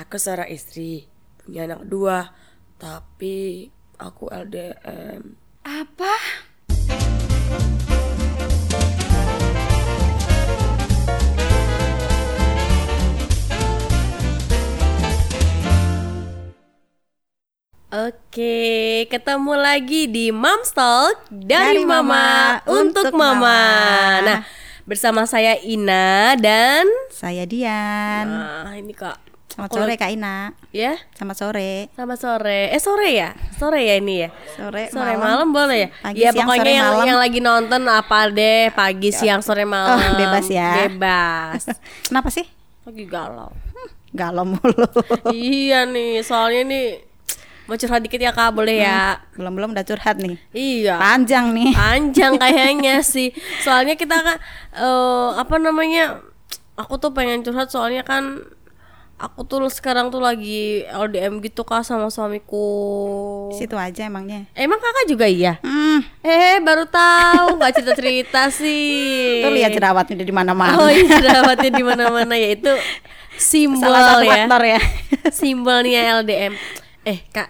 Aku seorang istri, punya anak 2, tapi aku LDM. Apa? Oke, ketemu lagi di Mom's Talk dari Mama untuk Mama. Nah, bersama saya Ina dan Saya Dian. nah ini Kak. Selamat sore Kak Ina. Ya, Selamat sore. selamat sore. Sore ya? Sore ya ini ya? Sore, Malam boleh ya? Pagi, Ya siang, pokoknya sore, yang, malam. yang lagi nonton apa deh, pagi, siang, sore, malam. bebas ya. Bebas. Kenapa sih? Lagi galau. Galau mulu. Iya nih, soalnya nih mau curhat dikit ya Kak, boleh ya? Belum udah curhat nih. Iya. Panjang nih. Panjang kayaknya sih. Soalnya kita kan aku tuh pengen curhat soalnya kan aku tuh sekarang tuh lagi LDM gitu Kak sama suamiku. Situ aja emangnya. Emang Kakak juga iya? Hmm, Baru tahu, nggak cerita-cerita sih. tuh lihat jerawatnya di mana-mana. Oh iya, jerawatnya di mana-mana ya, itu simbol Salah satu ya. faktor ya. Simbolnya LDM. Kak,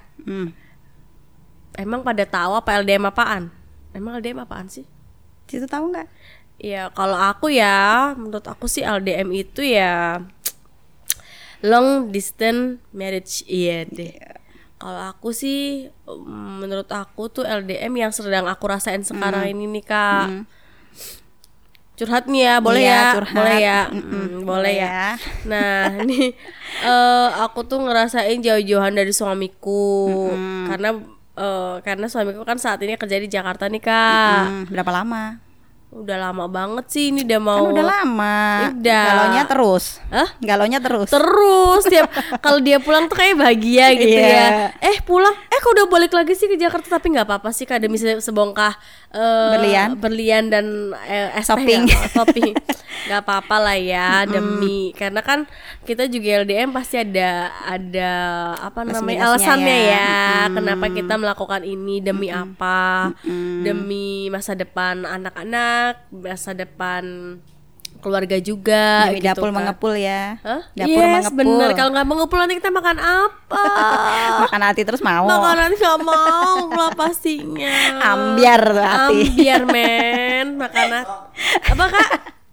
emang pada tahu apa LDM apaan? Emang LDM apaan sih? Situ tahu nggak? Ya kalau aku ya, menurut aku sih LDM itu ya long distance marriage, iya deh. Kalau aku sih, menurut aku tuh LDM yang sedang aku rasain sekarang ini nih Kak. Curhat nih ya, boleh Iya, ya, curhat. boleh ya, Boleh boleh ya. Nah, ini aku tuh ngerasain jauh-jauhan dari suamiku, karena suamiku kan saat ini kerja di Jakarta nih Kak. Berapa lama? Udah lama banget sih, ini udah mau. Kan udah lama. Udah. Galaunya terus. Hah? Galaunya terus. Terus tiap kalau dia pulang tuh kayak bahagia gitu Iya. ya. Pulang, kok udah balik lagi sih ke Jakarta, tapi nggak apa-apa sih Kak, demi sebongkah berlian dan es teh Shopping. shopping. Nggak apa-apa lah ya, demi karena kan kita juga LDM pasti ada apa Plus namanya minusnya alasannya ya. ya. Kenapa kita melakukan ini, demi apa? Demi masa depan anak-anak, masa depan keluarga juga. Demi gitu dapur kan. mengepul ya. Hah? Dapur Yes, mengepul. bener. Kalau nggak mengepul nanti kita makan apa? Makan hati terus mau. Makan nanti nggak mau lah pastinya. Ambiar tuh hati. Ambiar men. Makan apa Kak?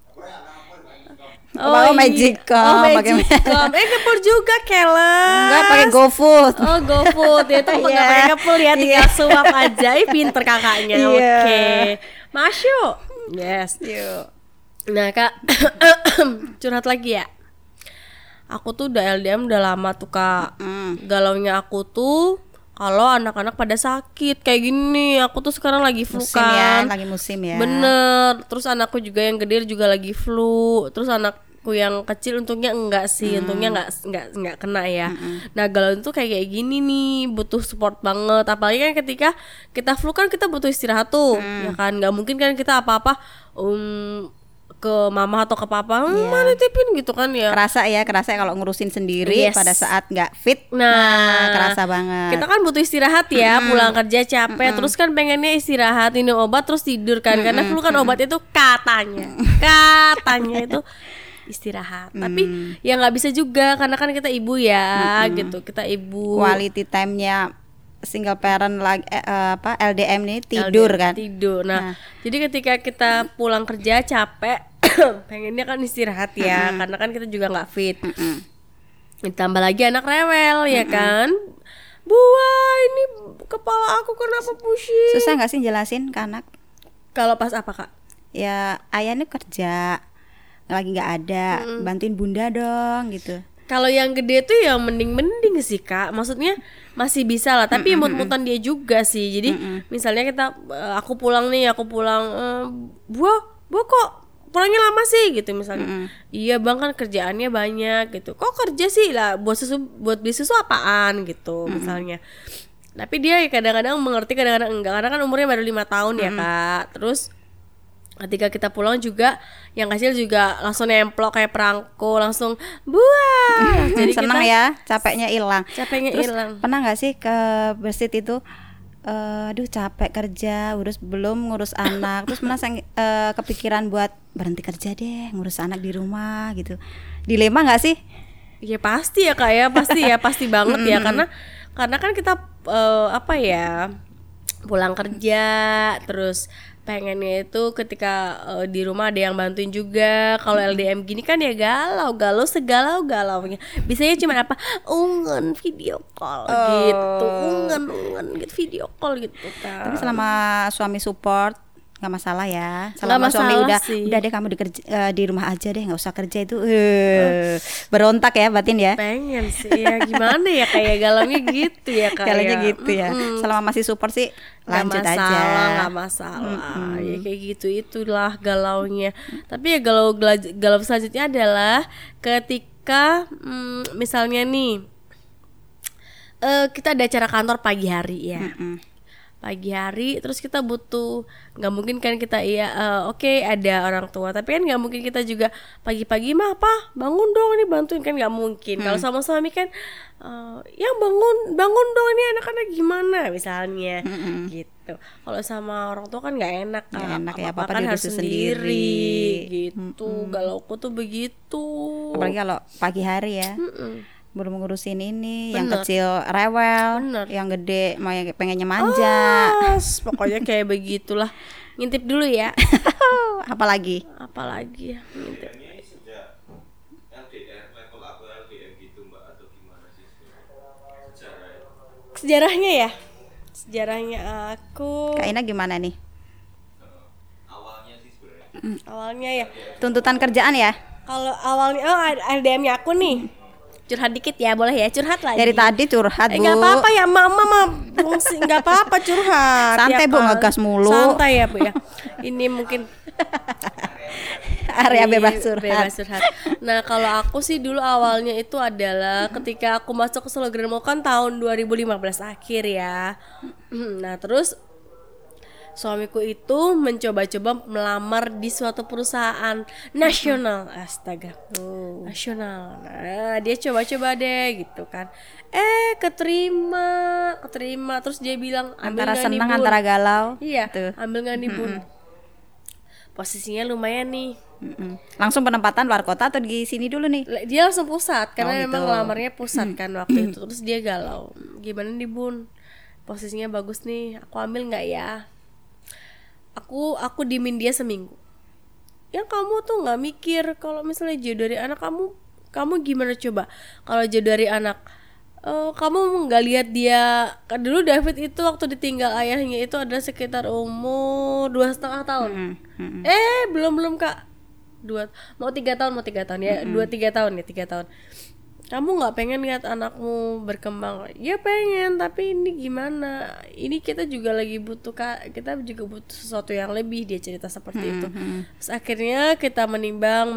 Oh, Magicom. Pakai- Magicom. Ngepul juga keles. Enggak, pakai GoFood. Oh, GoFood. Ya itu nggak Iya. pakai ngepul ya, tinggal Iya. suap aja. Pinter kakaknya. Iya. Oke. Masuk. Yes. Yuk. Nah Kak, curhat lagi ya. Aku tuh udah LDM udah lama tuh Kak. Galaunya aku tuh kalau anak-anak pada sakit kayak gini. Aku tuh sekarang lagi flu Musim kan. ya, lagi musim ya. Bener. Terus anakku juga yang gede juga lagi flu. Terus anakku yang kecil untungnya enggak sih, untungnya enggak kena ya. Nah galau itu kayak gini nih, butuh support banget. Apalagi kan ketika kita flu kan kita butuh istirahat tuh, ya kan. Nggak mungkin kan kita apa-apa ke mama atau ke papa, mana tipin gitu kan ya. Kerasa kalau ngurusin sendiri Yes. pada saat nggak fit. Nah, kerasa banget. kita kan butuh istirahat ya, pulang kerja capek, terus kan pengennya istirahat, minum obat terus tidur kan, karena flu kan obatnya itu katanya itu istirahat. Tapi ya nggak bisa juga karena kan kita ibu ya, gitu, kita ibu. Quality time-nya single parent lagi LDM nih tidur LDM, kan. tidur. Nah, jadi ketika kita pulang kerja capek, pengennya kan istirahat ya, karena kan kita juga nggak fit. Ditambah lagi anak rewel ya kan. Buah, ini kepala aku kenapa pusing? Susah nggak sih jelasin ke anak? Kalau pas apa Kak? Ya ayahnya kerja lagi nggak ada, bantuin bunda dong gitu. Kalau yang gede tuh ya mending sih Kak. Maksudnya masih bisa lah, tapi mut-mutan dia juga sih. Jadi misalnya aku pulang, buah kok pulangnya lama sih gitu misalnya. Iya bang, kan kerjaannya banyak gitu. Kok kerja sih lah, buat beli susu apaan gitu misalnya. Tapi dia kadang-kadang mengerti, kadang-kadang enggak, karena kan umurnya baru 5 tahun ya Kak. Terus ketika kita pulang juga yang kecil juga langsung nemplok kayak perangko, langsung buah. Jadi seneng kita ya, capeknya hilang. capeknya Terus hilang. pernah nggak sih ke Bersit itu aduh capek kerja, belum ngurus anak, terus pernah kepikiran buat berhenti kerja deh, ngurus anak di rumah gitu. Dilema nggak sih? Ya pasti ya kak ya, pasti banget ya, karena kan kita apa ya, pulang kerja terus pengennya itu ketika di rumah ada yang bantuin juga. Kalau LDM gini kan ya galau segalau-galaunya. Biasanya cuma apa, ungen video call gitu, ungen gitu video call gitu kan. Tapi selama suami support nggak masalah ya. Nggak Selama suami masalah sih. udah deh kamu di rumah aja deh, nggak usah kerja itu. Berontak ya batin ya. Pengen sih ya, gimana ya, kayak galaunya gitu ya kak. Galaunya ya. gitu ya. Selama masih support sih lanjut Nggak aja. nggak masalah. Ya kayak gitu, itulah galaunya. Tapi ya galau selanjutnya adalah ketika misalnya nih kita ada acara kantor pagi hari ya. Pagi hari terus kita butuh, nggak mungkin kan kita oke, ada orang tua, tapi kan nggak mungkin kita juga pagi-pagi mah apa bangun dong ini bantuin, kan nggak mungkin. Kalau sama suami kan yang bangun dong ini anak-anak gimana misalnya gitu. Kalau sama orang tua kan nggak enak kan, Nggak enak ya, apa apa-apa kan dia harus udah sendiri gitu. Galauku tuh begitu. Apalagi kalau pagi hari ya. Belum ngurusin ini, yang Bener. kecil rewel, Bener. yang gede mau pengennya manja. Pokoknya kayak begitulah. Ngintip dulu ya. Apalagi Apalagi ya ngintip. Ini sejak LDR level apa LDM gitu mbak, atau gimana sih sejarahnya? Sejarahnya aku Kak Ina gimana nih? Awalnya sih sebenarnya. awalnya ya, Tuntutan kerjaan ya? kalau awalnya LDM-nya aku nih, curhat dikit ya, boleh ya, curhat lagi. Dari tadi curhat, Bu. Nggak apa-apa ya, mama mah fungsi, nggak apa-apa curhat. Santai, ya Bu, kan? ngegas mulu. Santai ya Bu ya. Ini mungkin Area Iya, bebas curhat. bebas curhat. Nah kalau aku sih dulu awalnya itu adalah ketika aku masuk ke Sologram kan tahun 2015 akhir ya. Nah terus suamiku itu mencoba-coba melamar di suatu perusahaan nasional, astaga, nasional. Nah dia coba-coba deh gitu kan, keterima. Terus dia bilang, ambil Antara nggak nih, senang Bun? antara galau. Iya, Tuh. ambil nggak nih Bun? Posisinya lumayan nih. Langsung penempatan luar kota atau di sini dulu nih? Dia langsung pusat karena Oh, memang gitu. ngelamarnya pusat kan waktu itu. Terus dia galau, gimana nih Bun, posisinya bagus nih, aku ambil nggak ya? Aku diemin dia seminggu. Ya kamu tuh nggak mikir kalau misalnya jauh dari anak kamu gimana coba? Kalau jauh dari anak, kamu nggak lihat dia kan dulu David itu waktu ditinggal ayahnya itu ada sekitar umur 2,5 tahun. Belum Kak, mau 3 tahun ya, 3 tahun. Kamu nggak pengen lihat anakmu berkembang? Ya pengen, tapi ini gimana? Ini kita juga lagi butuh kita juga butuh sesuatu yang lebih. Dia cerita seperti itu. Terus akhirnya kita menimbang.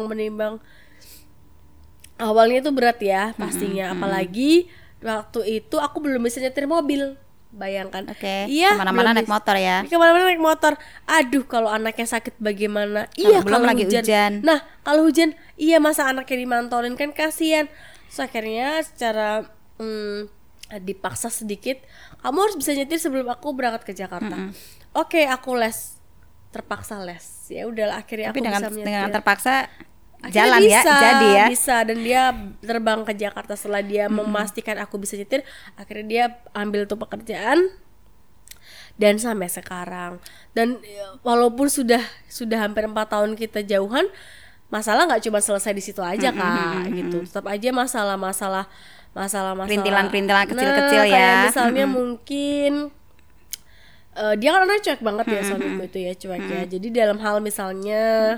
Awalnya itu berat ya pastinya, apalagi waktu itu aku belum bisa nyetir mobil. Bayangkan. Oke, Iya, kemana-mana belum naik motor ya? Kemana-mana naik motor. Aduh, kalau anaknya sakit bagaimana? Belum kalau lagi hujan. Nah, kalau hujan, iya masa anaknya dimantolin kan kasihan. So, akhirnya secara dipaksa sedikit, kamu harus bisa nyetir sebelum aku berangkat ke Jakarta. Oke, aku terpaksa les. Ya udahlah, akhirnya Tapi aku dengan bisa menyetir. dengan terpaksa Akhirnya jalan ya, jadi ya. bisa, dan dia terbang ke Jakarta setelah dia memastikan aku bisa nyetir. Akhirnya dia ambil tuh pekerjaan dan sampai sekarang. Dan walaupun sudah hampir 4 tahun kita jauhan, masalah nggak cuma selesai di situ aja Kak, gitu. Tetap aja masalah Perintilan-perintilan kecil-kecil ya. Kayak misalnya mungkin dia kan orangnya cuek banget ya, suamiku itu ya, cuek ya. Jadi dalam hal misalnya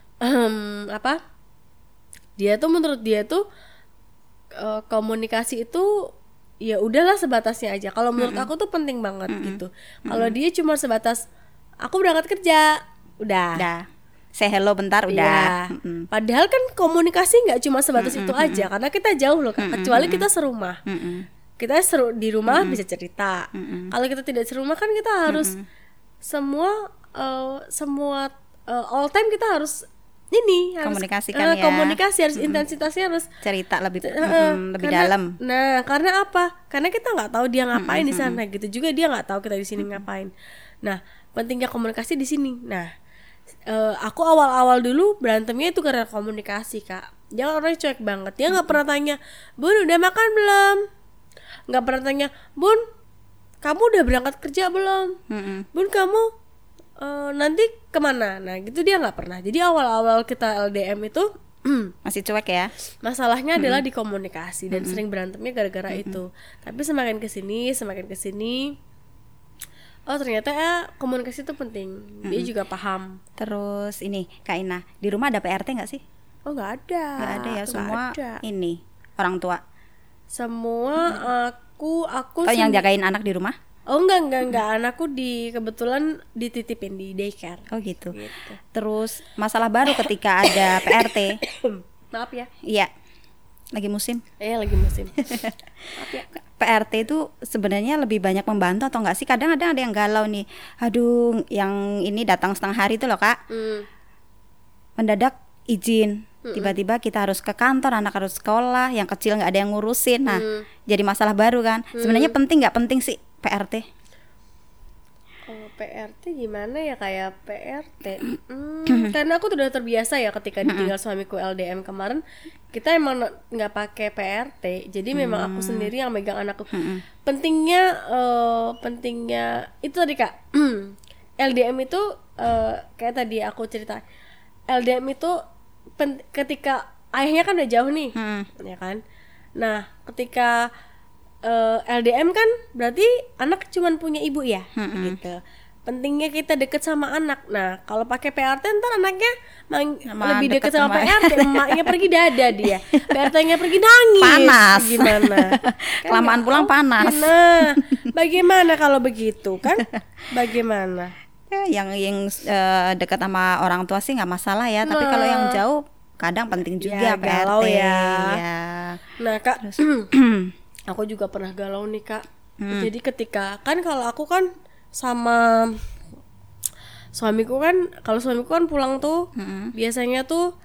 dia tuh menurut dia tuh komunikasi itu ya udahlah sebatasnya aja. Kalau menurut aku tuh penting banget gitu. Kalau dia cuma sebatas aku berangkat kerja, udah. Say hello bentar udah. Iya. Padahal kan komunikasi nggak cuma sebatas itu aja, karena kita jauh loh Kak. Kecuali kita serumah. Kita di rumah bisa cerita. Kalau kita tidak serumah kan kita harus semua all time kita harus Komunikasikan ya. komunikasi harus intensitasnya harus Cerita lebih karena- dalam. Nah, karena apa? Karena kita nggak tahu dia ngapain di sana, gitu juga dia nggak tahu kita di sini ngapain. Nah, pentingnya komunikasi di sini. Nah, aku awal-awal dulu berantemnya itu karena komunikasi Kak. Jangan orangnya cuek banget. Dia nggak pernah tanya, Bun udah makan belum? Nggak pernah tanya, Bun kamu udah berangkat kerja belum? Bun kamu nanti kemana? Nah gitu dia nggak pernah. Jadi awal-awal kita LDM itu Masih cuek ya. masalahnya adalah di komunikasi dan sering berantemnya gara-gara itu. Tapi semakin kesini, oh ternyata komunikasi itu penting. Dia juga paham. Terus ini Kak Ina, di rumah ada PRT nggak sih? Oh nggak ada. Nggak ada ya, Nggak semua ada. ini orang tua. Semua aku Yang jagain anak di rumah? Oh enggak. Anakku kebetulan dititipin di daycare. Oh gitu. Gitu. Terus masalah baru ketika ada PRT. Maaf ya. Iya. Lagi musim. Lagi musim. Maaf ya. PRT itu sebenarnya lebih banyak membantu atau enggak sih? Kadang-kadang ada yang galau nih. Aduh, yang ini datang setengah hari itu loh, Kak. Mendadak izin. Tiba-tiba kita harus ke kantor, anak harus sekolah, yang kecil nggak ada yang ngurusin. Nah, jadi masalah baru kan. Sebenarnya penting nggak penting sih PRT? Kalau PRT gimana ya, kayak PRT? Karena aku udah terbiasa ya ketika ditinggal suamiku LDM kemarin, kita emang nggak pakai PRT. Jadi memang aku sendiri yang megang anakku. Pentingnya itu tadi Kak. LDM itu kayak tadi aku cerita. LDM itu ketika ayahnya kan udah jauh nih, ya kan. Nah, ketika LDM kan berarti anak cuman punya ibu ya, gitu. Pentingnya kita deket sama anak. Nah, kalau pakai PRT ntar anaknya lebih deket sama PRT, emaknya pergi dada dia, PRT-nya pergi nangis. Panas. Gimana? Kelamaan pulang panas. Nah, bagaimana kalau begitu kan? Bagaimana? Ya, yang dekat sama orang tua sih nggak masalah ya. Tapi kalau yang jauh kadang penting juga Ya, PRT. galau ya. Ya. Nah Kak, aku juga pernah galau nih Kak. Jadi ketika kalau aku kan sama suamiku kan, kalau suamiku kan pulang tuh biasanya tuh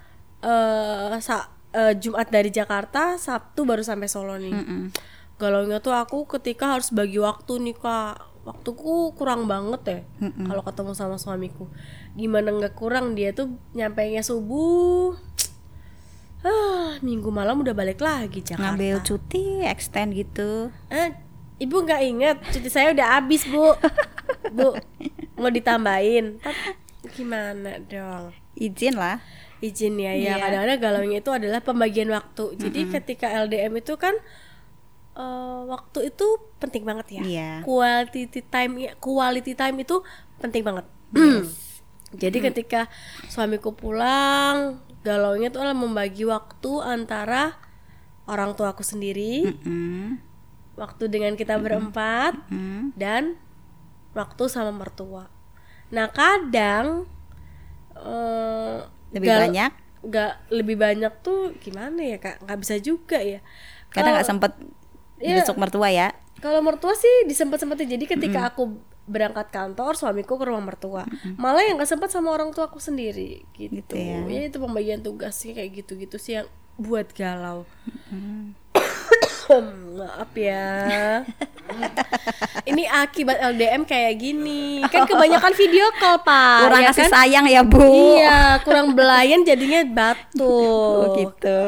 Jumat dari Jakarta, Sabtu baru sampai Solo nih. Galaunya tuh aku ketika harus bagi waktu nih Kak. Waktuku kurang banget ya kalau ketemu sama suamiku. Gimana nggak kurang, dia tuh nyampainya subuh. Minggu malam udah balik lagi Jakarta. Ngambil cuti, extend gitu. Ibu nggak inget cuti saya udah habis Bu. Bu mau ditambahin. Gimana dong? Izin lah. Izin ya. Iya. Kadang-kadang galaunya itu adalah pembagian waktu. Jadi ketika LDM itu kan waktu itu penting banget ya. Iya. Quality time itu penting banget. Jadi ketika suamiku pulang, galaunya tuh adalah membagi waktu antara orang tua aku sendiri, waktu dengan kita berempat, dan waktu sama mertua. Nah kadang lebih banyak tuh gimana ya Kak? Nggak bisa juga ya. Kadang nggak sempet besok mertua ya. Kalau mertua sih disempet-sempetin. Jadi ketika aku berangkat kantor, suamiku ke rumah mertua. Malah yang gak sempet sama orang tua aku sendiri gitu ya. Ya itu pembagian tugasnya kayak gitu-gitu sih yang buat galau. Maaf ya. Ini akibat LDM kayak gini. Kan kebanyakan video call Pak. Kurang ya kasih kan? sayang ya Bu. Iya, kurang belayan jadinya batuk. Gitu.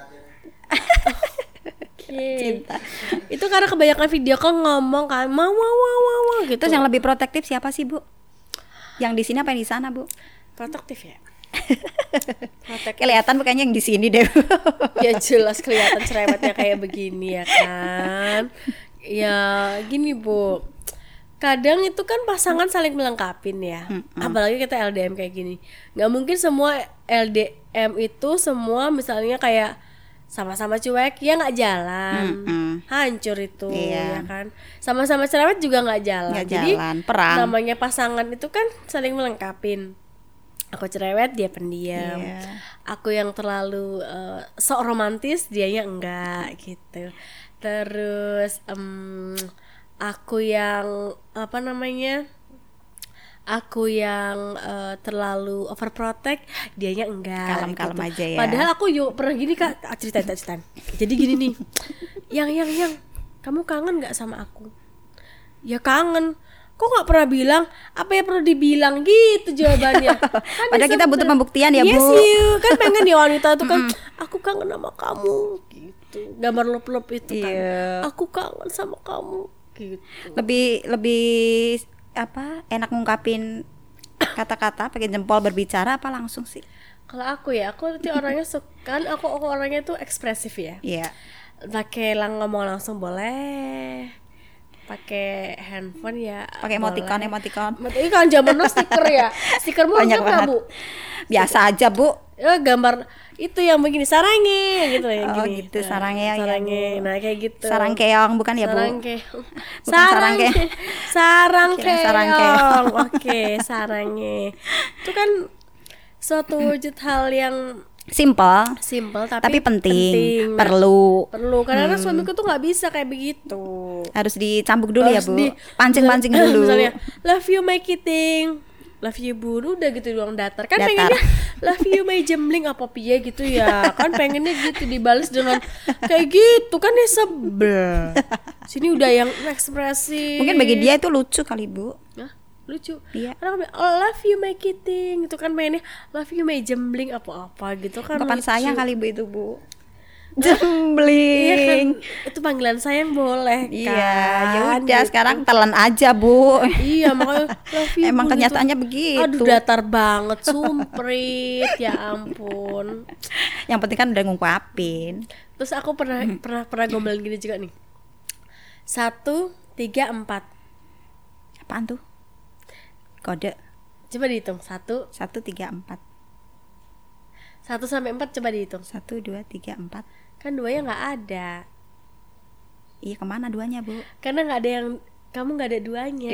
Cinta. Itu karena kebanyakan video call ngomong kan mau gitu. Terus yang lebih protektif siapa sih Bu? Yang di sini apa yang di sana Bu? Protektif ya. Kelihatan bukannya yang di sini deh. Ya jelas kelihatan cerewetnya kayak begini ya kan. Ya gini Bu, kadang itu kan pasangan saling melengkapin ya. Apalagi kita LDM kayak gini. Gak mungkin semua LDM itu semua misalnya kayak sama-sama cuek ya nggak jalan, hancur itu ya kan. Sama-sama cerewet juga nggak jalan. Jadi perang. namanya pasangan itu kan saling melengkapin. Aku cerewet, dia pendiam. Aku yang terlalu sok romantis, dianya enggak gitu. Terus aku yang aku yang terlalu overprotect, dianya enggak. Kalem-kalem gitu. aja ya. Padahal aku pernah gini Kak, ceritain. Jadi gini nih, yang kamu kangen nggak sama aku? Ya kangen. kok nggak pernah bilang, apa yang perlu dibilang gitu jawabannya. Kan Padahal kita butuh pembuktian ya, yes, Bu. kan pengen ya wanita tuh kan, aku kangen sama kamu gitu, gambar lop-lop itu kan, aku kangen sama kamu gitu. Lebih apa enak ngungkapin kata-kata pakai jempol berbicara apa langsung sih? Kalau aku ya, aku tuh orangnya suka, aku orangnya tuh ekspresif ya. Iya. Pakai ngomong langsung boleh, pakai handphone ya Pakai emoticon. Ini kan zaman stiker ya, stiker mau Banyak nggak banget. Bu? Biasa aja, Bu. Ya, gambar itu yang begini sarange gitu ya, Oh, gini. gitu, Nah, sarange ya, sarange. Bu. Nah, kayak gitu. Sarang keong bukan ya, Bu? Sarangke. Bukan sarangke. Sarang Kirain sarang keong. Oke, sarange. Itu kan suatu wujud hal yang Simple, simple tapi penting. Nah, Perlu. karena suamiku tuh nggak bisa kayak begitu. Harus dicambuk dulu ya, Harus Bu. Pancing-pancing dulu. Misalnya, love you my kiting, love you Bu, udah gitu doang datar. Kan Datar. pengennya love you my jembling apa piye gitu ya. Kan pengennya gitu dibalas dengan kayak gitu kan, ya sebel. Sini udah yang ekspresi. Mungkin bagi dia itu lucu kali, Bu. Hah? Lucu. Iya. Orang bilang, oh, love you my kiting, itu kan pengennya love you my jembling apa-apa gitu kan. Kapan lucu. sayang kali, Bu, itu, Bu. Iya kan, Jembling. itu panggilan sayang boleh kan. Iya, ya udah gitu. sekarang telan aja, Bu. Iya, makanya love you Emang Bu, kenyataannya gitu. begitu. Aduh, datar banget, sumprit, ya ampun. Yang penting kan udah ngungkapin. Terus aku pernah gombalin gini juga nih. 1, 3, 4. Apaan tuh? Kode Coba dihitung. 1 1, 3, 4. sampai 4 coba dihitung. 1, 2, 3, 4. Kan 2-nya nggak ada. Iya, kemana duanya, Bu? Karena nggak ada yang, kamu nggak ada 2-nya.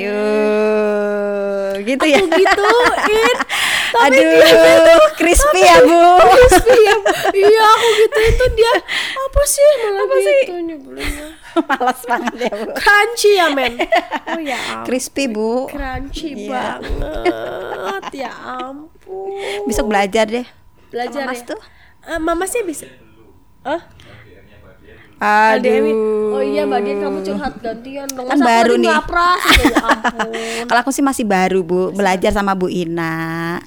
Gitu Aku ya. gituin. Tapi Aduh, crispy ya, Bu. crispy ya. Iya, aku gituin tuh dia. Apa sih malah gitu nyebelinnya. Malas banget ya, Bu. Crunchy ya, men. Oh ya ampun. Crispy, Bu. Crunchy Iya. banget. Ya ampun. Besok belajar deh. Belajar sama Mas ya. tuh. Mama sih bisa. Aduh. Oh iya, Mbak Dian, kamu curhat gantian dong. Kan Masa aku baru tadi nih. ngapras? Ya ampun. Kalau aku sih masih baru, Bu. Belajar sama Bu Ina.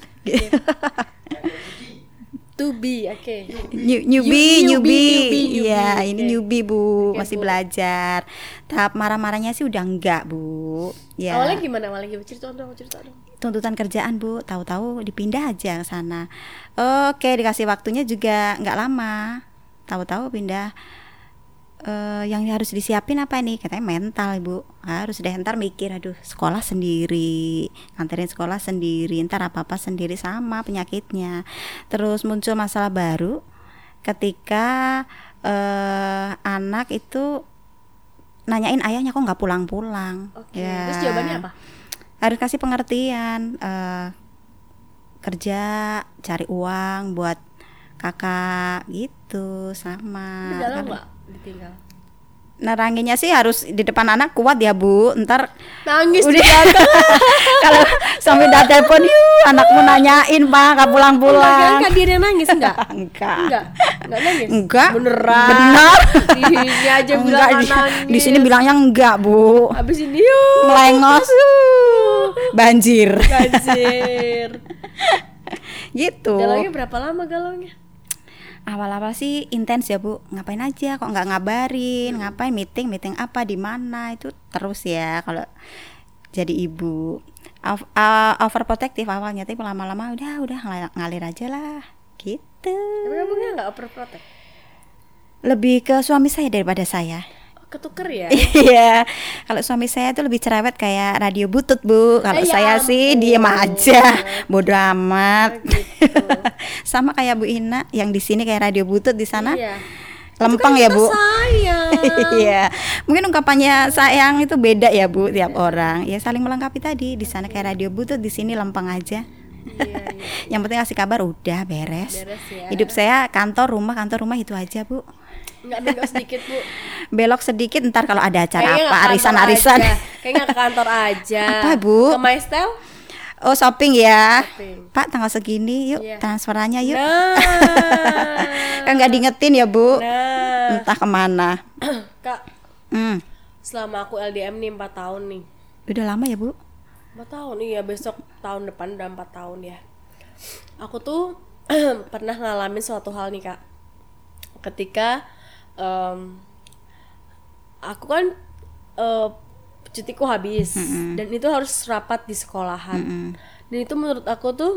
To be, oke. Newbie. Newbie. Iya, ini Oke. newbie, Bu. Oke, Masih Bu. belajar. Tahap marah-marahnya sih udah enggak, Bu. Ya. Awalnya gimana? Cerita dong. Tuntutan kerjaan, Bu, tahu-tahu dipindah aja ke sana. Oke, dikasih waktunya juga nggak lama, tahu-tahu pindah. Yang harus disiapin apa nih, katanya mental, Bu. Harus deh, ntar mikir, aduh, sekolah sendiri, nganterin sekolah sendiri, ntar apa-apa sendiri, sama penyakitnya. Terus muncul masalah baru ketika anak itu nanyain ayahnya kok nggak pulang-pulang. Oke. Terus jawabannya apa? Harus kasih pengertian, kerja cari uang buat kakak gitu, sama. Udah galau nggak ditinggal? Neranginnya sih harus di depan anak kuat ya, Bu. Ntar Nangis udah juga. kalau suami udah telepon, yuk anakmu nanyain, Pak, nggak pulang-pulang. Kan dia nangis enggak? Enggak. Enggak nangis. Enggak. Beneran. Benar. Ini aja bilang Enggak, nangis. di sini bilangnya enggak, Bu. Habis ini yuk. Melengos. Banjir. Gajir. Gitu. Galaunya berapa lama galaunya? Awal-awal sih intens ya, Bu. Ngapain aja kok nggak ngabarin, ngapain meeting apa di mana, itu terus ya kalau jadi ibu. Overprotective awalnya, tapi lama-lama udah ngalir aja lah gitu. Tapi kamu nggak overprotect? Lebih ke suami saya daripada saya. Ketuker ya? Iya, kalau suami saya itu lebih cerewet kayak radio butut, Bu. Kalau Ya saya sih ampun. diem aja, bodo amat. Oh, gitu. Sama kayak Bu Ina yang di sini kayak radio butut, di sana Iya. lempeng Itu kan ya, kita Bu. sayang. Iya, mungkin ungkapannya sayang itu beda ya, Bu, tiap orang. Ya saling melengkapi tadi. Di sana kayak radio butut, di sini lempeng aja. Iya. Yang penting kasih kabar udah beres. Beres ya. Hidup saya kantor rumah itu aja, Bu. Nggak sedikit, Bu. Belok sedikit ntar kalau ada acara Kayaknya apa, nggak kantor arisan-arisan. aja. Kayaknya nggak ke kantor aja. Apa, Bu? Ke My Style? Oh, shopping ya. Shopping. Pak, tanggal segini yuk, Iya. transferannya yuk. Nah. Kan nggak diingetin ya, Bu. Nah. Entah kemana. Kak, selama aku LDM nih 4 tahun nih. Udah lama ya, Bu? 4 tahun, iya besok tahun depan udah 4 tahun ya. Aku tuh pernah ngalamin suatu hal nih Kak. Ketika aku kan cutiku habis dan itu harus rapat di sekolahan. Dan itu menurut aku tuh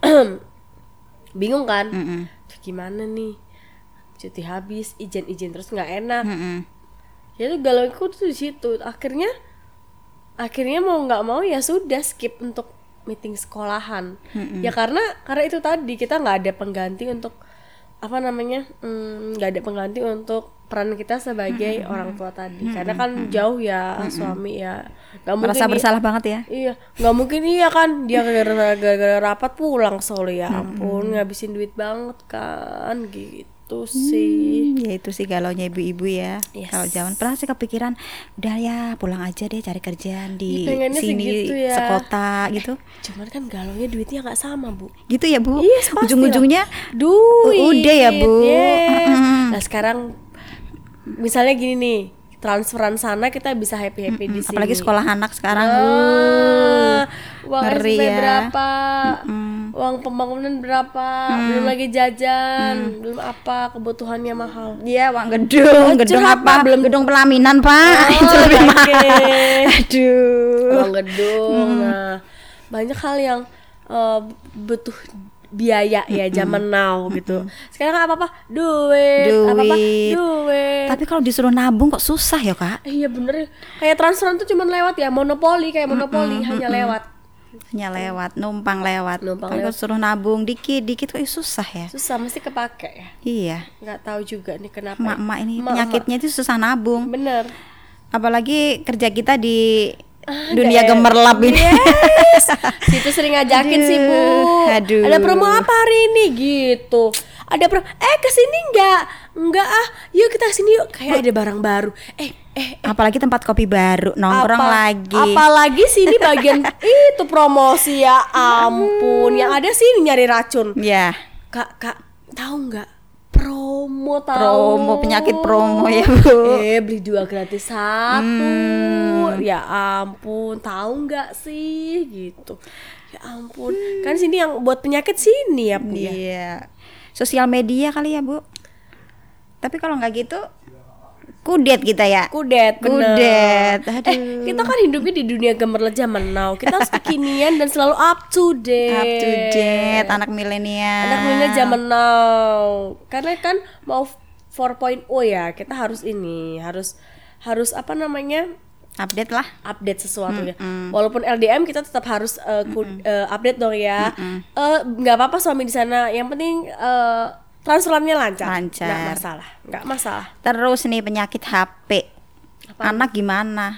bingung kan. Gimana nih? Cuti habis, izin terus nggak enak. Ya itu galau aku tuh di situ. Akhirnya mau nggak mau ya sudah skip untuk meeting sekolahan. Ya karena itu tadi kita nggak ada pengganti untuk nggak ada pengganti untuk peran kita sebagai orang tua tadi. Karena kan jauh ya suami ya. Nggak mungkin Merasa bersalah banget ya. Iya, nggak mungkin iya kan dia gara-gara rapat pulang solo ya ampun ngabisin duit banget kan gitu sih. Ya itu sih galaunya ibu-ibu ya. Yes. Kalau zaman pernah sih kepikiran udah ya pulang aja deh cari kerjaan di Pengennya sih sini gitu ya. sekota gitu. Cuman kan galaunya duitnya nggak sama Bu. Gitu ya Bu. Yes, pasti Ujung-ujungnya duit. udah ya Bu. Yes. Nah sekarang misalnya gini nih, transferan sana kita bisa happy di sini. Apalagi sekolah anak sekarang. Uang ngeri SPP ya. berapa? Uang pembangunan berapa? Belum lagi jajan, belum apa kebutuhannya mahal. Iya, uang gedung curhat, apa? Pak, belum. Gedung pelaminan, Pak. Itu lebih mahal. Aduh. Uang gedung. Nah, banyak hal yang butuh biaya ya zaman now gitu. Sekarang apa duit. Apa duit. Tapi kalau disuruh nabung kok susah ya Kak? Iya bener. Kayak transferan tuh cuman lewat ya, monopoli hanya lewat. Hanya lewat, numpang lewat. Kalau suruh nabung dikit kok susah ya. Susah mesti kepake ya. Iya. Nggak tahu juga nih kenapa. Mak ini penyakitnya itu susah nabung. Bener. Apalagi kerja kita di dunia gemerlap ini. Yes. Situ sering ngajakin sih Bu. Aduh. Ada promo apa hari ini gitu. Ada promo. Kesini enggak yuk kita kesini yuk. Kayak ada barang baru. Apalagi tempat kopi baru nongkrong lagi. Apalagi sini bagian itu promosi ya ampun. Yang ada sih nyari racun. Ya. Kak tahu nggak? Promo Penyakit promo ya Bu. Beli 2 gratis 1. Ya ampun, tahu nggak sih gitu. Ya ampun, kan sini yang buat penyakit sini ya Bu ya. Iya. Sosial media kali ya Bu. Tapi kalau nggak gitu kudet kita ya. Kudet, bener. Aduh. Kita kan hidupnya di dunia gemerlap zaman now. Kita harus kekinian dan selalu up to date. Anak milenial. Anak milenial zaman now. Karena kan mau 4.0 ya, kita harus apa namanya? Update sesuatu ya. Walaupun LDM kita tetap harus update dong ya. Nggak apa-apa suami di sana. Yang penting transferannya lancar. Nggak masalah. Terus nih penyakit HP. Anak gimana?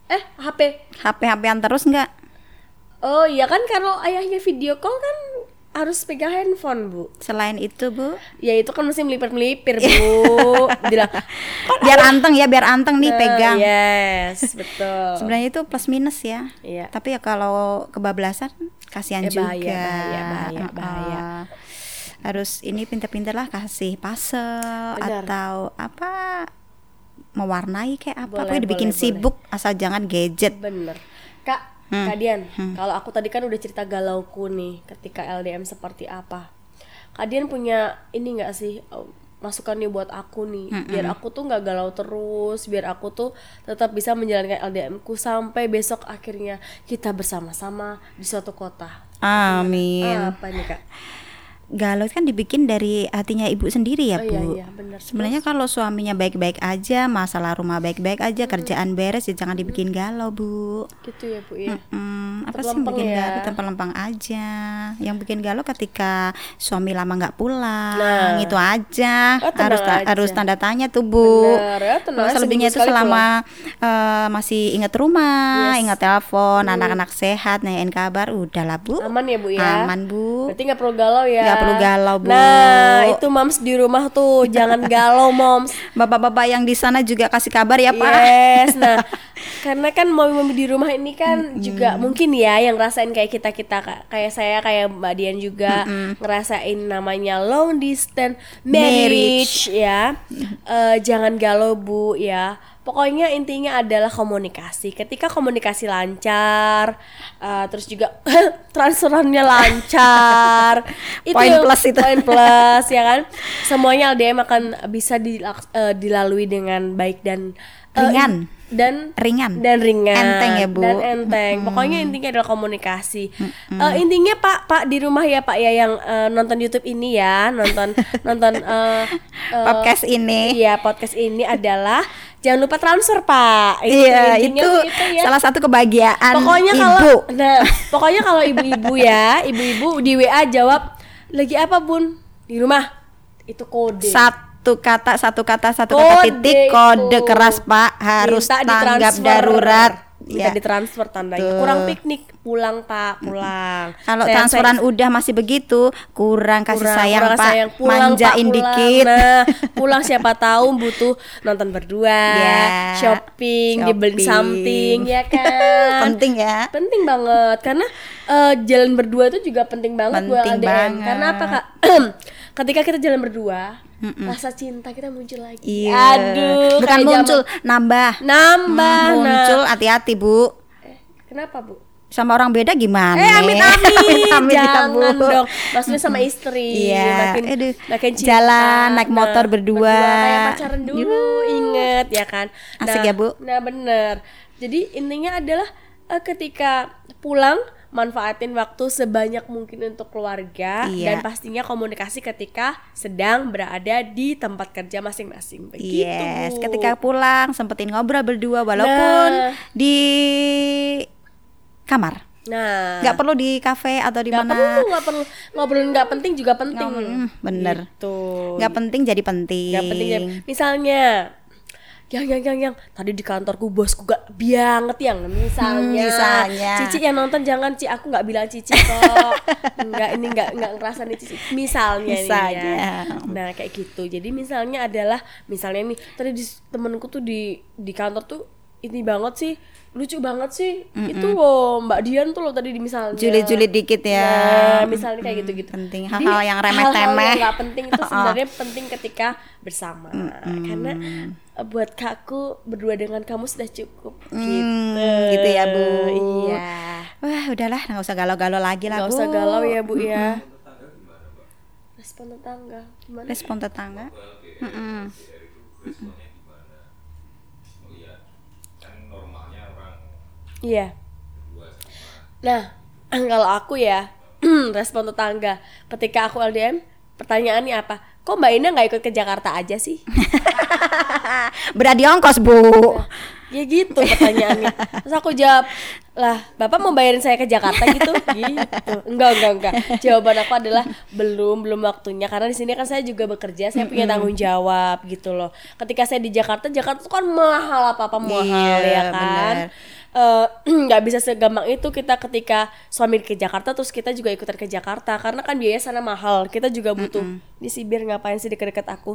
HP-an terus nggak? Oh iya kan kalau ayahnya video call kan harus pegang handphone Bu. Selain itu Bu? Ya itu kan mesti melipir Bu. Bilang, biar anteng nih pegang. Yes, betul. Sebenarnya itu plus minus ya. Iya. Tapi ya kalau kebablasan kasihan juga. Bahaya. Harus ini pintar-pintar lah kasih puzzle. Benar. Atau apa mewarnai kayak apa. Boleh, Pokoknya dibikin sibuk asal jangan gadget. Bener Kak Dian, kalau aku tadi kan udah cerita galauku nih ketika LDM seperti apa. Kak Dian punya ini nggak sih masukan nih buat aku nih, biar aku tuh nggak galau terus, biar aku tuh tetap bisa menjalankan LDM-ku sampai besok akhirnya kita bersama-sama di suatu kota. Amin. Apa nih Kak? Galau kan dibikin dari hatinya ibu sendiri ya Bu. Iya, benar. Sebenarnya kalau suaminya baik-baik aja, masalah rumah baik-baik aja, kerjaan beres ya jangan dibikin galau Bu. Gitu ya Bu ya. Apa sih yang bikin galau? Tempel-lempang aja. Yang bikin galau ketika suami lama nggak pulang, itu aja. Harus tanda tanya tuh Bu. Bener, ya, tenang, selebihnya itu selama masih ingat rumah, ingat telepon, anak-anak sehat, nanyain kabar, udahlah Bu. Aman ya Bu ya. Aman Bu. Berarti nggak perlu galau ya. Nggak perlu galau Bu. Nah itu moms di rumah tuh jangan galau moms. Bapak-bapak yang di sana juga kasih kabar ya Pak. Yes. Nah karena kan mami-mami di rumah ini kan juga mungkin ya yang ngerasain kayak kita kayak saya kayak Mbak Dian juga ngerasain namanya long distance marriage ya. Jangan galau Bu ya. Pokoknya intinya adalah komunikasi. Ketika komunikasi lancar, terus juga transferannya lancar, Poin plus itu. poin plus ya kan. Semuanya LDM akan bisa dilalui dengan baik dan Ringan. ringan, Enteng ya, Bu. dan enteng. Pokoknya intinya adalah komunikasi. Intinya Pak di rumah ya Pak ya yang nonton YouTube ini ya, nonton Podcast ini. Iya, podcast ini adalah jangan lupa transfer Pak. Iya, intinya itu ya. salah satu kebahagiaan Pokoknya ibu. pokoknya kalau ibu-ibu ya, ibu-ibu di WA jawab lagi apa Bun? Di rumah. Itu kode. Satu kata Kode titik, kode itu. keras Pak, harus Minta tanggap ditransfer. darurat. Minta Ya. ditransfer tandanya. Tuh. Kurang piknik, pulang Pak, pulang. Kalau Saya- transferan udah masih begitu, kurang kasih sayang kurang Pak, sayang. Pulang, manjain Pak, pulang. dikit. Nah, pulang siapa tahu butuh nonton berdua, Ya, shopping, dibeli shopping. something, ya kan? Penting ya. Penting banget karena jalan berdua itu juga penting banget buat Penting LDM. banget. Karena apa Kak? Ketika kita jalan berdua, rasa cinta kita muncul lagi. Iya. Aduh, Bukan kayak muncul, nambah. muncul. Hati-hati Bu. Kenapa Bu? Sama orang beda gimana? Amit-amit, Amit ya, Bu. jangan dong. Maksudnya sama istri, Iya. makin cinta. Jalan, naik motor berdua. kayak pacaran dulu, inget ya kan. Asik ya, Bu. Nah bener. Jadi intinya adalah ketika pulang manfaatin waktu sebanyak mungkin untuk keluarga Iya. dan pastinya komunikasi ketika sedang berada di tempat kerja masing-masing. Begitu. Yes, Bu. ketika pulang sempetin ngobrol berdua walaupun Nah. di kamar. Nah, Nggak perlu di kafe atau di mana. nggak perlu ngobrolin nggak penting juga penting. Bener. Gitu. Nggak penting jadi penting. Nggak penting ya. Misalnya yang tadi di kantorku bosku gak banget yang misalnya Cici yang nonton jangan Ci, aku nggak bilang Cici kok. Ini nggak ngerasa nih Cici misalnya nih ya. Nah kayak gitu. Jadi misalnya nih tadi temenku tuh di kantor tuh ini banget sih, lucu banget sih. Itu loh Mbak Dian tuh loh tadi di misalnya Julid-julid dikit ya. Nah, misalnya kayak gitu-gitu. Penting. Jadi, Hal-hal yang remeh-temeh. hal-hal yang nggak penting itu sebenarnya penting ketika bersama. Karena buat kakku berdua dengan kamu sudah cukup. Gitu ya Bu. Iya. Wah udahlah, nggak usah galau-galau lagi lah Nggak Bu. usah galau ya Bu ya. Respon tetangga gimana? Respon tetangga. Responnya gimana? Melihat kan normalnya orang Iya. berdua sama Nah, kalau aku ya respon tetangga ketika aku LDM, pertanyaannya apa? Kok Mbak Ina nggak ikut ke Jakarta aja sih? Beradi ongkos Bu. Ya gitu pertanyaannya. Terus aku jawab, lah Bapak mau bayarin saya ke Jakarta gitu? Gitu. Enggak. Jawaban aku adalah belum waktunya karena di sini kan saya juga bekerja, saya punya tanggung jawab gitu loh. Ketika saya di Jakarta tuh kan mahal apa mahal Iya, ya kan. Nggak bisa segampang itu kita ketika suami ke Jakarta terus kita juga ikutan ke Jakarta karena kan biaya sana mahal. Kita juga butuh di Sibir ngapain sih deket-deket aku.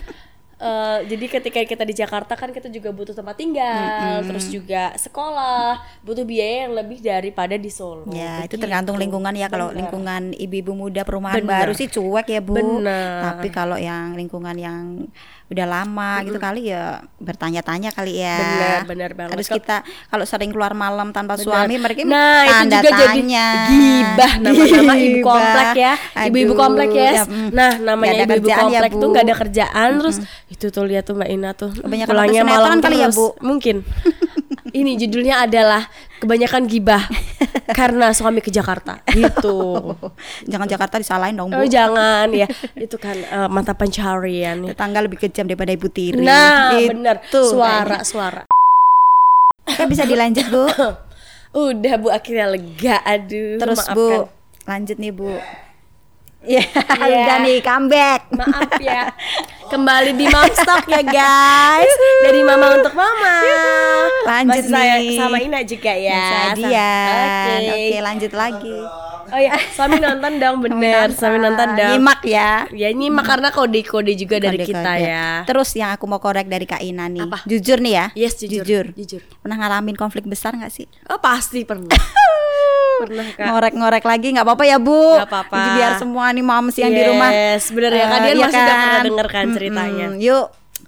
Jadi ketika kita di Jakarta kan kita juga butuh tempat tinggal, terus juga sekolah, butuh biaya yang lebih daripada di Solo. Ya itu Begitu. tergantung lingkungan ya. Kalau Bener. lingkungan ibu-ibu muda perumahan Bener. baru sih cuek ya Bu. Bener. Tapi kalau yang lingkungan yang udah lama gitu kali ya bertanya-tanya kali ya. Bener banget. Terus kita kalau sering keluar malam tanpa Bener. suami mereka Nah itu tanda juga jadi tanya. gibah nama-nama ibu Gibah. komplek ya. Ibu-ibu Aduh, komplek ya. ya, Nah namanya nggak ada ibu-ibu kerjaan ya, komplek Bu. tuh nggak ada kerjaan terus itu tuh lihat tuh Mbak Ina tuh Kebanyakan pulangnya nonton malam sinetron kali ya, terus. Bu? Mungkin. Ini judulnya adalah kebanyakan gibah karena suami ke Jakarta gitu. Jangan Jakarta disalahin dong Bu. Oh jangan ya, itu kan mata pencarian ya. Tetangga lebih kejam daripada Ibu Tiri. Nah Itu bener, suara. Oke, bisa dilanjut Bu. Udah Bu akhirnya lega, aduh Terus maafkan. Bu, lanjut nih Bu. Ya, Iya. udah nih comeback. Maaf ya, kembali di Momstock ya guys. Dari mama untuk mama. Lanjut Masih saya nih. sama Ina juga ya. Sadian. Oke. Oke, lanjut lagi. Oh ya, suami nonton dong bener. Suami nonton dong. Nyimak ya. Ya nyimak karena kode-kode juga dari Kode-kode. kita ya. Terus yang aku mau korek dari Kak Ina nih. Apa? Jujur nih ya. Yes, jujur. Pernah ngalamin konflik besar gak sih? Oh pasti pernah. Pernah Kak. Ngorek-ngorek lagi nggak apa-apa ya Bu. Nggak apa-apa. Jadi biar semua nih moms yang di rumah. Yes, bener ya. Kalian iya pasti udah pernah denger kan ceritanya. Yuk.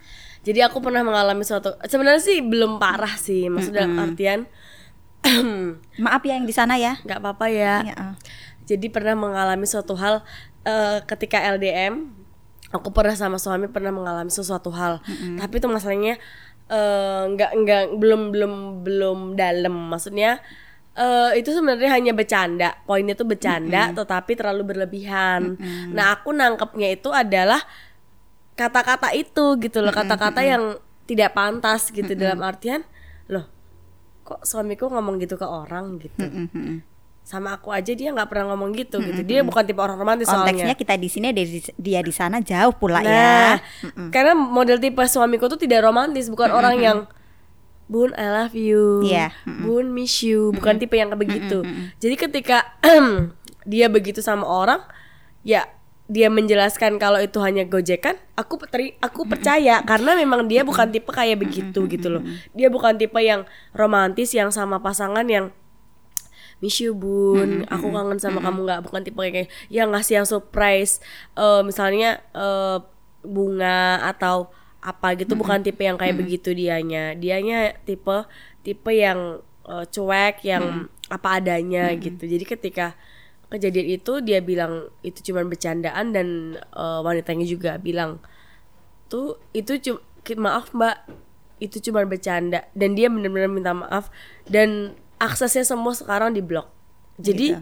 Jadi aku pernah mengalami suatu, sebenarnya sih belum parah sih, maksudnya dalam artian Maaf ya yang di sana ya. nggak apa-apa ya. Ya, Jadi pernah mengalami suatu hal ketika LDM, aku pernah sama suami pernah mengalami sesuatu hal. Tapi itu masalahnya nggak belum dalam. Maksudnya itu sebenarnya hanya bercanda. Poinnya tuh bercanda, tetapi terlalu berlebihan. Nah, aku nangkepnya itu adalah kata-kata itu gitu loh, kata-kata yang tidak pantas gitu, dalam artian, loh, kok suamiku ngomong gitu ke orang gitu. Sama aku aja dia nggak pernah ngomong gitu gitu. Dia bukan tipe orang romantis konteksnya soalnya. kita di sini, dia di sana jauh pula Nah, ya. karena model tipe suamiku tuh tidak romantis, bukan orang yang Bun I love you, Iya. Bun miss you, bukan tipe yang kayak begitu. Jadi ketika dia begitu sama orang, ya dia menjelaskan kalau itu hanya gojekan, aku percaya karena memang dia bukan tipe kayak begitu gitu loh. Dia bukan tipe yang romantis yang sama pasangan yang miss you bun, aku kangen sama kamu, nggak, bukan tipe kayak yang ngasih yang surprise, misalnya bunga atau apa gitu, bukan tipe yang kayak begitu dianya tipe yang cuek, yang apa adanya gitu. Jadi ketika kejadian itu dia bilang itu cuma bercandaan, dan wanitanya juga bilang tuh itu maaf mbak, itu cuma bercanda, dan dia benar-benar minta maaf, dan aksesnya semua sekarang diblok. Jadi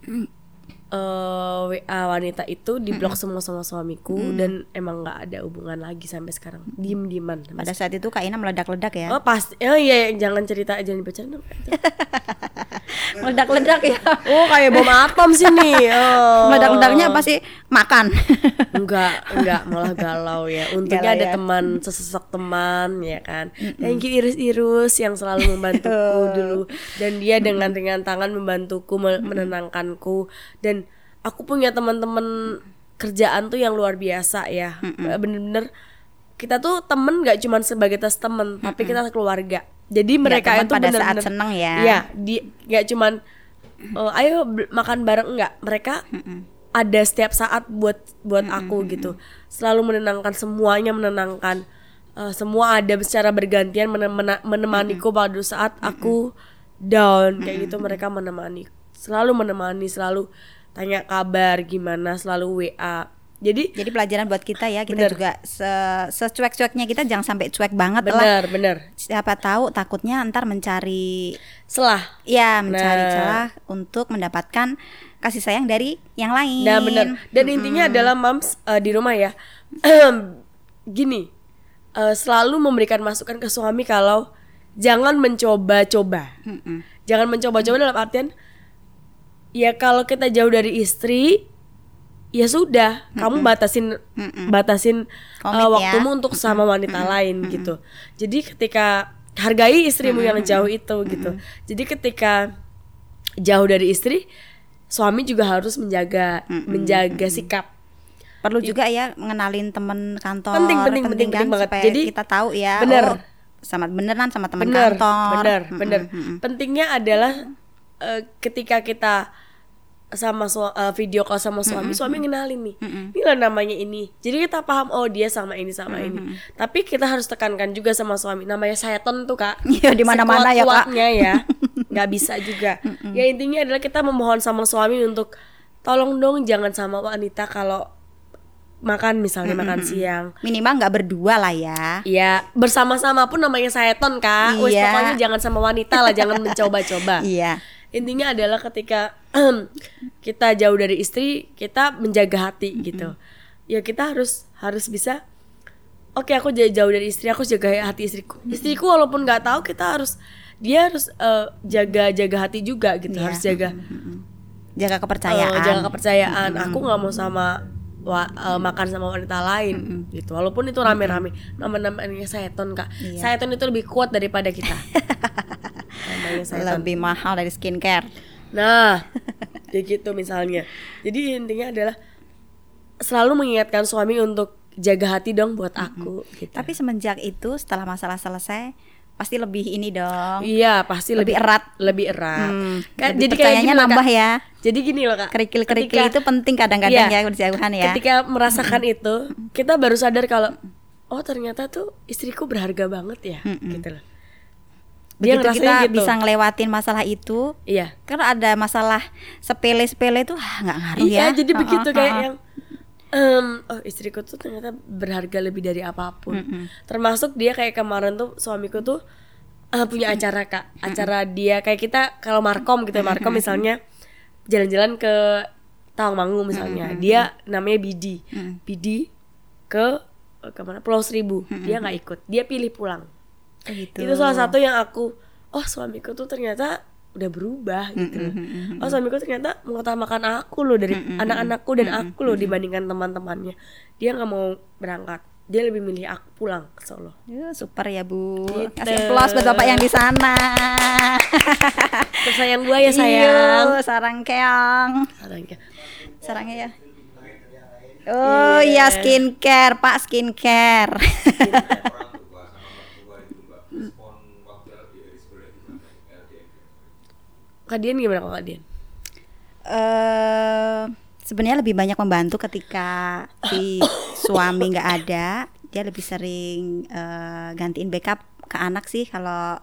WA wanita itu diblok semua sama suamiku, dan emang nggak ada hubungan lagi sampai sekarang. Diem-dieman. Pada saat itu Kak Ina meledak-ledak ya. Oh pasti. Oh iya, jangan cerita, jangan bercanda. Meledak-ledak ya. Oh kayak bom atom sih nih. Oh. Meledak-ledaknya apa sih? Makan. Enggak, malah galau ya. Untungnya Galau ada ya. teman, sesosok teman ya kan. Thank you Iris yang selalu membantuku dulu, dan dia dengan ringan tangan membantuku, menenangkanku. Dan aku punya teman-teman kerjaan tuh yang luar biasa ya. Bener-bener kita tuh temen nggak cuma sebagai teman, tapi kita keluarga. Jadi mereka teman itu pada bener-bener saat seneng ya. Iya, nggak cuman ayo makan bareng, enggak. Mereka ada setiap saat buat aku gitu. Selalu menenangkan, semuanya menenangkan. Semua ada secara bergantian menemaniku pada saat aku down kayak gitu. Mereka selalu menemani, selalu tanya kabar gimana, selalu WA. Jadi pelajaran buat kita ya, kita bener. juga secuek-cueknya kita jangan sampai cuek banget lah. bener Siapa tahu takutnya ntar mencari selah. mencari celah untuk mendapatkan kasih sayang dari yang lain. Nah bener. Dan intinya adalah moms di rumah ya, gini, selalu memberikan masukan ke suami kalau jangan mencoba-coba. Jangan mencoba-coba dalam artian, ya kalau kita jauh dari istri, ya sudah, kamu batasin Komit waktumu ya. untuk sama wanita lain gitu. Jadi ketika hargai istrimu yang jauh itu gitu. Jadi ketika jauh dari istri, suami juga harus menjaga sikap. Perlu juga ya ngenalin temen kantor. Penting kan, banget. supaya Jadi kita tahu ya. bener. Sama teman Bener. kantor. Pentingnya adalah ketika kita sama video call sama suami ngenalin nih, ini loh namanya ini. Jadi kita paham, oh dia sama ini sama ini. Tapi kita harus tekankan juga sama suami, namanya setan tuh Kak. Iya, di mana-mana ya, Kak. Sekuat-kuatnya ya, nggak bisa juga. Ya intinya adalah kita memohon sama suami untuk tolong dong jangan sama wanita kalau makan, misalnya makan siang. Minimal nggak berdua lah ya. Iya, bersama-sama pun namanya setan Kak. Wes Iya. pokoknya jangan sama wanita lah, jangan mencoba-coba. Iya. Intinya adalah ketika kita jauh dari istri, kita menjaga hati gitu. Ya kita harus bisa. Oke, aku jauh dari istri, aku jaga hati istriku. Istriku walaupun nggak tahu, dia harus jaga hati juga gitu. Iya. Harus jaga kepercayaan. jaga kepercayaan. Aku nggak mau makan sama wanita lain gitu. Walaupun itu rame-rame, namanya setan Kak. Iya. Setan itu lebih kuat daripada kita. Namanya setan. Lebih mahal dari skincare. Nah, kayak gitu misalnya. Jadi intinya adalah selalu mengingatkan suami untuk jaga hati dong buat aku gitu. Tapi semenjak itu setelah masalah selesai pasti lebih ini dong. Iya, pasti Lebih erat. Lebih erat. Lebih Jadi percayanya gini loh, nambah Kak. ya. Jadi gini loh Kak. Kerikil-kerikil itu penting kadang-kadang Iya. ya berjauhan ya. Ketika merasakan itu, kita baru sadar kalau oh ternyata tuh istriku berharga banget ya, gitu loh. Begitu ngerasain kita gitu. bisa ngelewatin masalah itu, Iya. karena ada masalah sepele-sepele tuh nggak ngaruh ya. Iya, jadi begitu kayak yang oh istriku tuh ternyata berharga lebih dari apapun. Termasuk dia kayak kemarin tuh suamiku tuh punya acara Kak, acara dia kayak kita kalau markom gitu, markom misalnya jalan-jalan ke Tawangmangu misalnya, dia namanya Bidi, Bidi ke mana Pulau Seribu, dia nggak ikut, dia pilih pulang. Gitu. Itu salah satu yang aku, oh suamiku tuh ternyata udah berubah gitu loh. Oh suamiku ternyata mengutamakan aku loh dari anak-anakku dan aku loh dibandingkan teman-temannya. Dia nggak mau berangkat, dia lebih milih aku pulang ke Solo. Super ya Bu. Gitu. Kasih aplaus buat Bapak yang di sana. Tersayang gua ya sayang. Iyo, sarang keong. Sarangnya. Sarangnya ya. Oh iya skincare, Pak skincare. Orang tua sama mertua itu mbak, respon waktu LDR sebenarnya gimana? LDR. Kak Dian gimana Kak Dian? Sebenarnya lebih banyak membantu ketika si suami nggak ada. Dia lebih sering gantiin backup ke anak sih kalau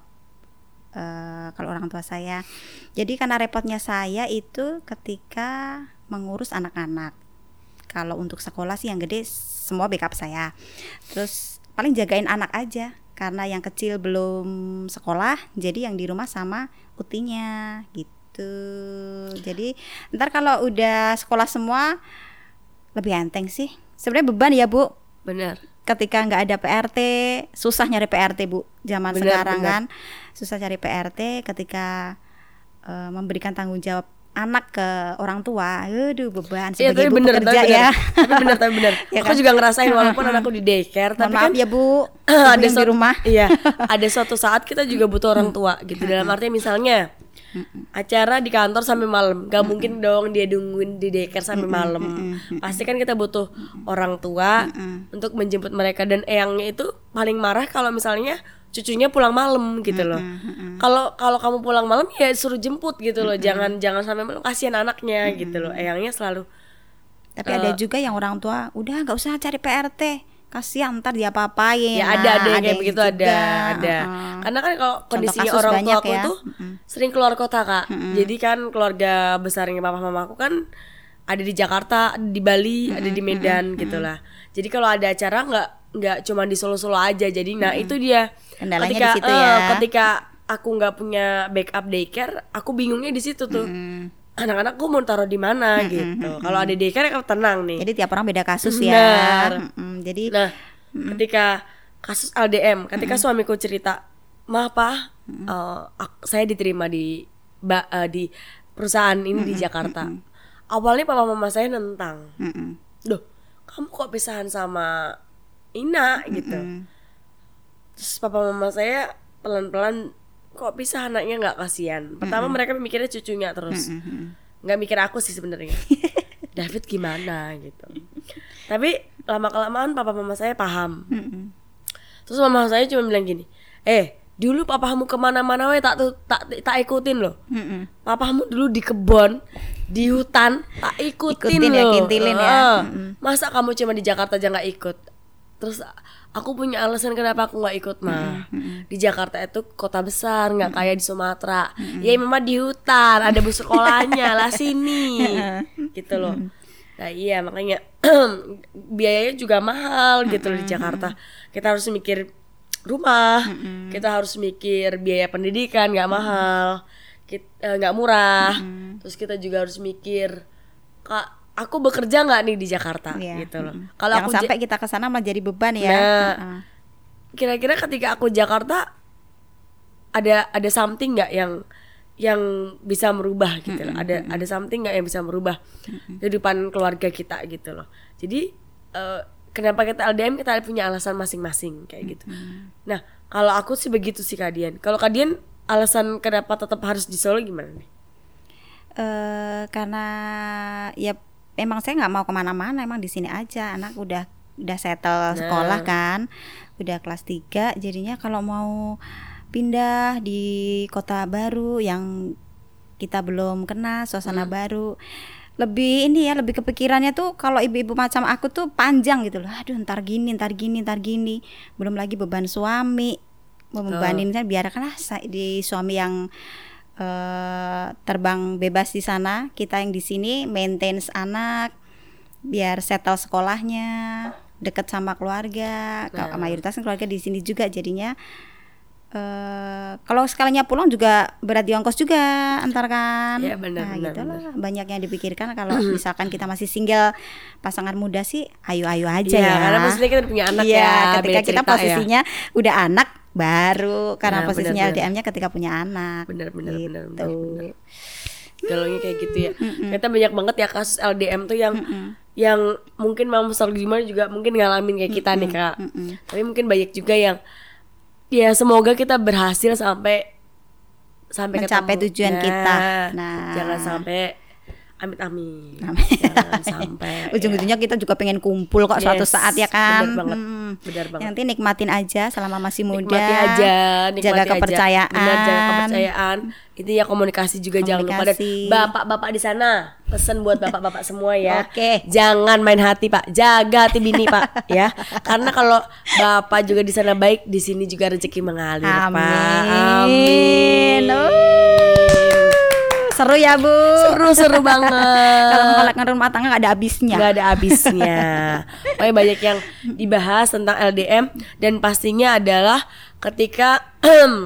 orang tua saya. Jadi karena repotnya saya itu ketika mengurus anak-anak. Kalau untuk sekolah sih yang gede semua backup saya. Terus paling jagain anak aja karena yang kecil belum sekolah, jadi yang di rumah sama utinya gitu. Jadi ntar kalau udah sekolah semua lebih enteng sih. Sebenarnya beban ya Bu. Benar. Ketika nggak ada PRT, susah nyari PRT Bu. Zaman sekarang kan susah cari PRT. Ketika memberikan tanggung jawab anak ke orang tua, aduh beban sebagai ibu pekerja ya. Tapi benar. Ya Aku kan? juga ngerasain walaupun anakku di daycare, tapi Mohon maaf kan ya Bu, ada di rumah. Iya, ada suatu saat kita juga butuh orang tua gitu. Dalam arti misalnya acara di kantor sampai malam, gak mungkin dong dia nungguin di daycare sampai malam. Pasti kan kita butuh orang tua untuk menjemput mereka, dan eyangnya itu paling marah kalau misalnya cucunya pulang malam gitu loh. Kalau kamu pulang malam ya suruh jemput gitu loh. Jangan sampai malam, kasihan anaknya gitu loh. Eyangnya selalu. Tapi ada juga yang orang tua udah nggak usah cari PRT, kasihan ntar dia apa-apain. Ya ada yang kayak begitu juga. ada. Karena kan kalau kondisinya kasus orang tua banyak aku ya. tuh sering keluar kota Kak. Jadi kan keluarga besarnya papa mamaku kan ada di Jakarta, ada di Bali, ada di Medan gitulah. Jadi kalau ada acara nggak cuma di Solo aja. Jadi nah itu dia Kendalanya ketika, di situ ya. Ketika aku nggak punya backup daycare, aku bingungnya di situ tuh. Anak-anakku mau taruh di mana gitu. Kalau ada daycare aku tenang nih. Jadi tiap orang beda kasus Benar. ya. Jadi Nah, ketika kasus LDM, ketika suamiku cerita, "Ma, Pa, saya diterima di perusahaan ini di Jakarta." Awalnya papa mama saya nentang. Loh, kamu kok pisahan sama Ina gitu. Terus papa mama saya pelan-pelan, kok pisah anaknya, nggak kasihan. Pertama mereka mikirnya cucunya terus, nggak mikir aku sih sebenarnya. David gimana gitu. Tapi lama kelamaan papa mama saya paham. Terus mama saya cuma bilang gini, dulu papamu kemana-mana tak ikutin loh. Papamu dulu di kebon, di hutan tak ikutin Ikutin ya, loh. kintilin ya. Masa kamu cuma di Jakarta aja nggak ikut? Terus aku punya alasan kenapa aku nggak ikut mah. Di Jakarta itu kota besar, nggak kayak di Sumatera. Ya memang di hutan ada bus sekolahnya lah sini, gitu loh. Nah iya makanya biayanya juga mahal gitu loh di Jakarta. Kita harus mikir rumah, kita harus mikir biaya pendidikan nggak mahal, nggak murah. Terus kita juga harus mikir, Kak, aku bekerja nggak nih di Jakarta gitu loh. Kalau yang aku sampai kita ke sana malah jadi beban ya. Nah, kira-kira ketika aku Jakarta ada something nggak yang bisa merubah gitu loh. Ada something nggak yang bisa merubah kehidupan keluarga kita gitu loh. Jadi kenapa kita LDM, kita punya alasan masing-masing kayak gitu. Nah kalau aku sih begitu sih Kak Dian. Kalau Kak Dian alasan kenapa tetap harus di Solo gimana nih? Karena ya emang saya nggak mau kemana-mana, emang di sini aja. Anak udah settle sekolah kan, udah kelas 3. Jadinya kalau mau pindah di kota baru yang kita belum kenal, suasana baru, lebih ini ya, lebih kepikirannya tuh kalau ibu-ibu macam aku tuh panjang gitu loh. Aduh, ntar gini. Belum lagi beban suami. Membebanin kan biarkanlah di suami yang terbang bebas di sana, kita yang di sini maintenance anak, biar settle sekolahnya, deket sama keluarga. Mayoritas keluarga di sini juga jadinya. Kalau sekalinya pulang juga berat di ongkos juga antar kan. Ya, benar, gitulah. Banyak yang dipikirkan kalau misalkan kita masih single, pasangan muda sih ayo aja ya. ya. Karena maksudnya kita punya anak ya. Ketika beda kita cerita, posisinya udah anak baru, karena Nah, posisinya benar. LDM-nya ketika punya anak. Benar. Gitu. Galaunya kayak gitu ya. Kita banyak banget ya kasus LDM tuh yang mungkin Mama Sargimar juga mungkin ngalamin kayak kita nih Kak. Tapi mungkin banyak juga yang ya semoga kita berhasil sampai mencapai ketemu. tujuan kita. Nah, Jangan sampai amit-amit. Jangan sampai. Ujung-ujungnya kita juga pengen kumpul kok suatu Yes, saat ya kan. benar banget. Nanti nikmatin aja selama masih muda. Nikmati jaga aja. kepercayaan. Benar, jaga kepercayaan. Intinya komunikasi juga jangan lupa. Dan bapak-bapak di sana, pesan buat bapak-bapak semua ya. Oke. Jangan main hati Pak, jaga hati bini Pak ya. Karena kalau bapak juga di sana baik, di sini juga rezeki mengalir Pak. Amin. Seru ya Bu. Seru banget. Kalau ngolak rumah tangga gak ada habisnya. Gak ada habisnya. Pokoknya banyak yang dibahas tentang LDM. Dan pastinya adalah ketika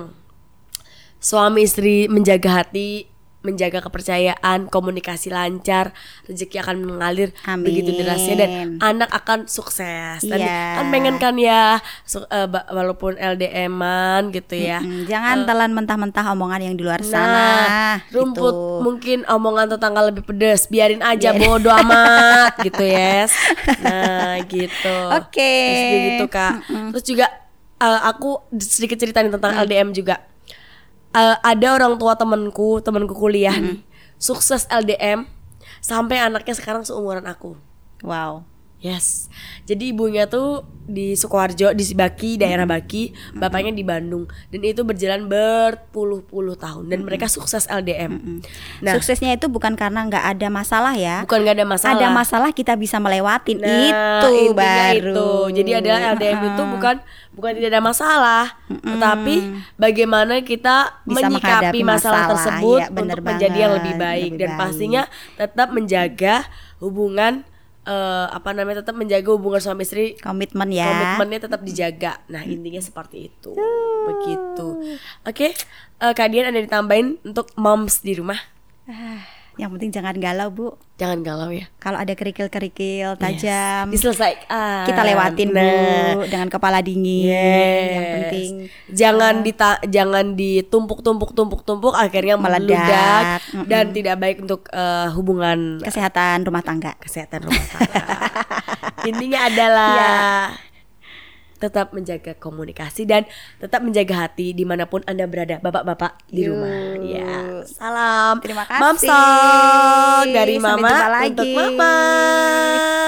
suami istri menjaga hati, menjaga kepercayaan, komunikasi lancar, rezeki akan mengalir Amin. begitu derasnya dan anak akan sukses. Dan Iya. kan pengen kan ya walaupun LDM-an gitu ya. Jangan telan mentah-mentah omongan yang di luar sana. Rumput gitu. mungkin omongan tetangga lebih pedes, biarin aja bodo amat gitu yes. Nah gitu. Oke. Terus gitu Kak. Terus juga aku sedikit cerita nih tentang LDM juga. Ada orang tua temanku kuliah nih, sukses LDM sampai anaknya sekarang seumuran aku. Wow. Yes. Jadi ibunya tuh di Sukoharjo, di Sibaki, daerah Baki, bapaknya di Bandung. Dan itu berjalan berpuluh-puluh tahun dan mereka sukses LDM. Nah, Suksesnya itu bukan karena nggak ada masalah ya. bukan gak ada masalah. Ada masalah kita bisa melewatin, Nah, itu intinya baru. itu. Jadi adalah LDM itu bukan tidak ada masalah, tetapi bagaimana kita Bisa menyikapi menghadapi masalah masalah. tersebut Iya, bener untuk menjadi yang lebih banget, baik lebih dan baik. pastinya tetap menjaga hubungan tetap menjaga hubungan suami istri. Komitmen ya. Komitmennya tetap dijaga. Nah intinya seperti itu. Begitu. Oke, Kak Dian ada ditambahin untuk moms di rumah? Yang penting jangan galau Bu. Jangan galau ya. Kalau ada kerikil-kerikil tajam, Diselesaikan. kita lewatin Bu Nah, dengan kepala dingin. yes. Yang penting jangan ditumpuk akhirnya Meledak. meledak dan tidak baik untuk hubungan kesehatan rumah tangga. kesehatan rumah tangga. Intinya adalah tetap menjaga komunikasi dan tetap menjaga hati dimanapun Anda berada, bapak-bapak di Yuk. rumah. Ya, salam. Terima kasih. Mamsong dari Sampai Mama jumpa lagi. untuk Mama.